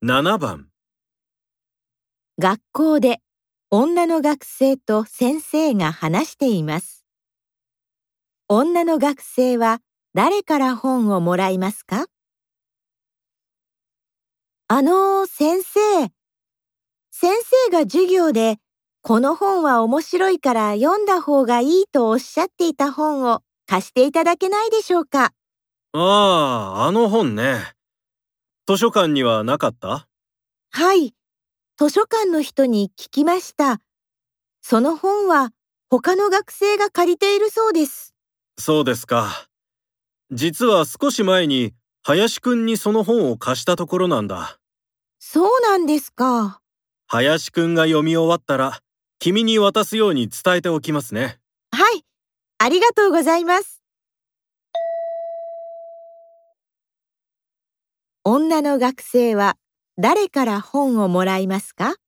7番。 学校で女の学生と先生が話しています。女の学生は誰から本をもらいますか？先生が授業でこの本は面白いから読んだ方がいいとおっしゃっていた本を貸していただけないでしょうか？ あの本ね。図書館にはなかった？ はい、図書館の人に聞きました。その本は他の学生が借りているそうです。 そうですか。実は少し前に林くんにその本を貸したところなんだ。 そうなんですか。 林くんが読み終わったら君に渡すように伝えておきますね。 はい、ありがとうございます。女の学生は誰から本をもらいますか？